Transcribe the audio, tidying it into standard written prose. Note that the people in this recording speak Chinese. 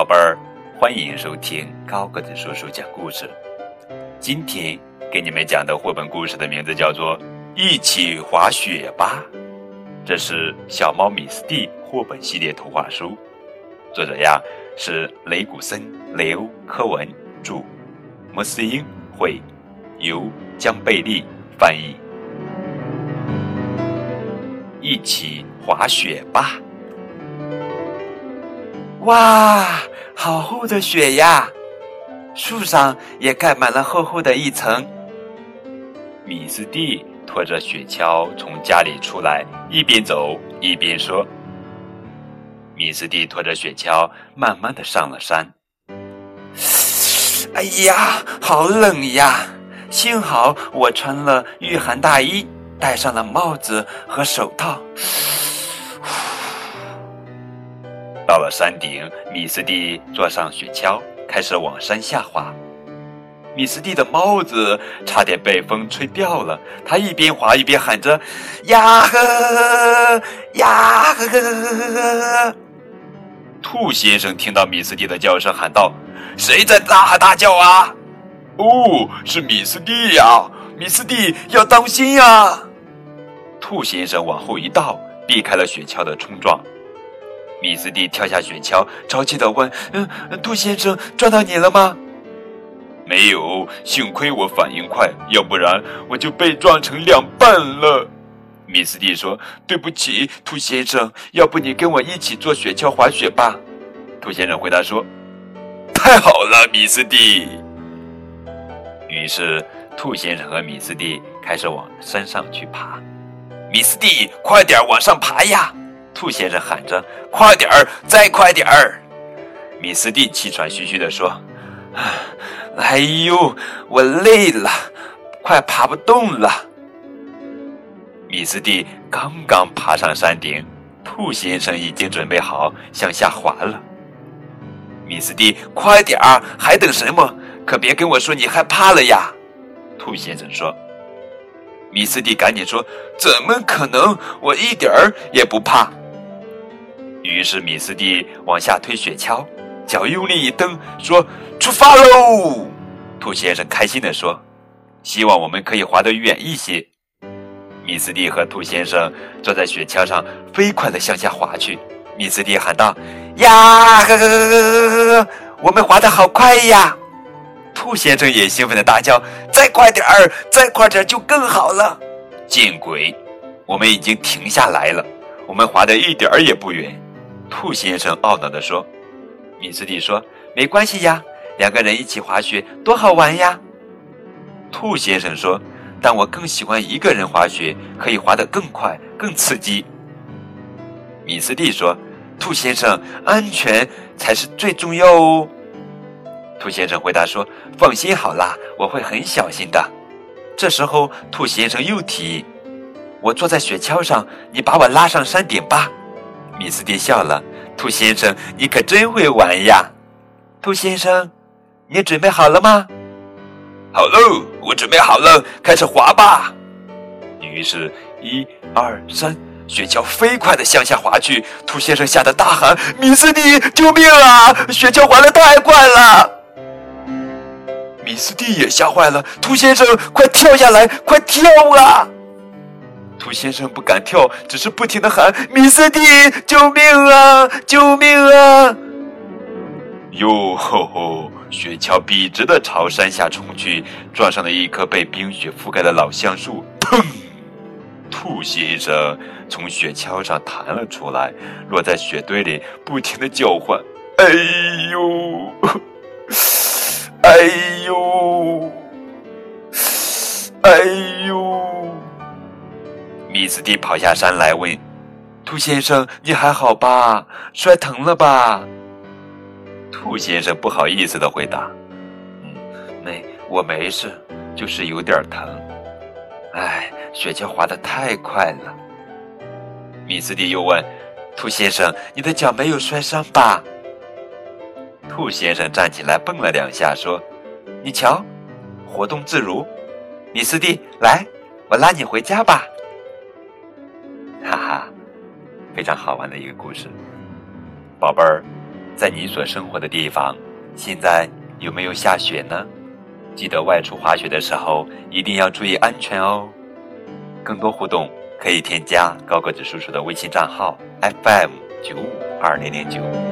贝儿，欢迎收听高个子叔叔讲故事。今天给你们讲的绘本故事的名字叫做《一起滑雪吧》，这是小猫米斯蒂绘本系列图画书，作者是雷古森、雷欧·科文著，莫斯英绘，由江贝利翻译。一起滑雪吧！哇，好厚的雪呀！树上也盖满了厚厚的一层。米斯蒂拖着雪橇从家里出来，一边走一边说。米斯蒂拖着雪橇慢慢地上了山。哎呀，好冷呀！幸好我穿了御寒大衣，戴上了帽子和手套。到了山顶，米斯蒂坐上雪橇，开始往山下滑。米斯蒂的帽子差点被风吹掉了，他一边滑一边喊着：“呀呵呀呵！”兔先生听到米斯蒂的叫声，喊道：“谁在大喊大叫啊？”“哦，是米斯蒂呀！米斯蒂要当心呀！”兔先生往后一倒，避开了雪橇的冲撞。米斯蒂跳下雪橇，着急地问：“兔先生，撞到你了吗？”“没有，幸亏我反应快，要不然我就被撞成两半了。”米斯蒂说：“对不起，兔先生，要不你跟我一起坐雪橇滑雪吧？”兔先生回答说：“太好了，米斯蒂。”于是兔先生和米斯蒂开始往山上去爬。“米斯蒂，快点往上爬呀！”兔先生喊着，“快点儿，再快点儿！”米斯蒂气喘吁吁地说：“哎呦，我累了，快爬不动了。”米斯蒂刚刚爬上山顶，兔先生已经准备好向下滑了。米斯蒂，快点儿，还等什么？可别跟我说你害怕了呀！兔先生说。米斯蒂赶紧说：“怎么可能？我一点儿也不怕。”于是米斯蒂往下推雪橇，脚用力一蹬，说：“出发喽！”兔先生开心地说：“希望我们可以滑得远一些。”米斯蒂和兔先生坐在雪橇上，飞快地向下滑去。米斯蒂喊道：“呀呵呵呵，我们滑得好快呀！”兔先生也兴奋地大叫：“再快点儿，再快点儿就更好了！”见鬼，我们已经停下来了，我们滑得一点儿也不远。兔先生懊恼地说。米斯蒂说：“没关系呀，两个人一起滑雪多好玩呀！”兔先生说：“但我更喜欢一个人滑雪，可以滑得更快更刺激。”米斯蒂说：“兔先生，安全才是最重要哦。”兔先生回答说：“放心好啦，我会很小心的。”这时候兔先生又提议：“我坐在雪橇上，你把我拉上山顶吧。”米斯蒂笑了：“兔先生，你可真会玩呀！”兔先生，你准备好了吗？好喽，我准备好了，开始滑吧。于是1、2、3，雪橇飞快地向下滑去。兔先生吓得大喊：“米斯蒂，救命啊！雪橇滑得太快了！”米斯蒂也吓坏了：“兔先生，快跳下来，快跳啊！”兔先生不敢跳，只是不停地喊：“米斯蒂，救命啊！救命啊！”哟吼吼！雪橇笔直地朝山下冲去，撞上了一棵被冰雪覆盖的老橡树。砰！兔先生从雪橇上弹了出来，落在雪堆里，不停地叫唤：“哎呦！哎呦！哎呦！”米斯蒂跑下山来问：“兔先生，你还好吧？摔疼了吧？”兔先生不好意思地回答：“我没事，就是有点疼。哎，雪橇滑得太快了。”米斯蒂又问：“兔先生，你的脚没有摔伤吧？”兔先生站起来蹦了2下，说：“你瞧，活动自如。米斯蒂，来，我拉你回家吧。”哈哈，非常好玩的一个故事。宝贝儿， 在你所生活的地方，现在有没有下雪呢？记得外出滑雪的时候一定要注意安全哦。更多互动可以添加高个子叔叔的微信账号 FM9520009。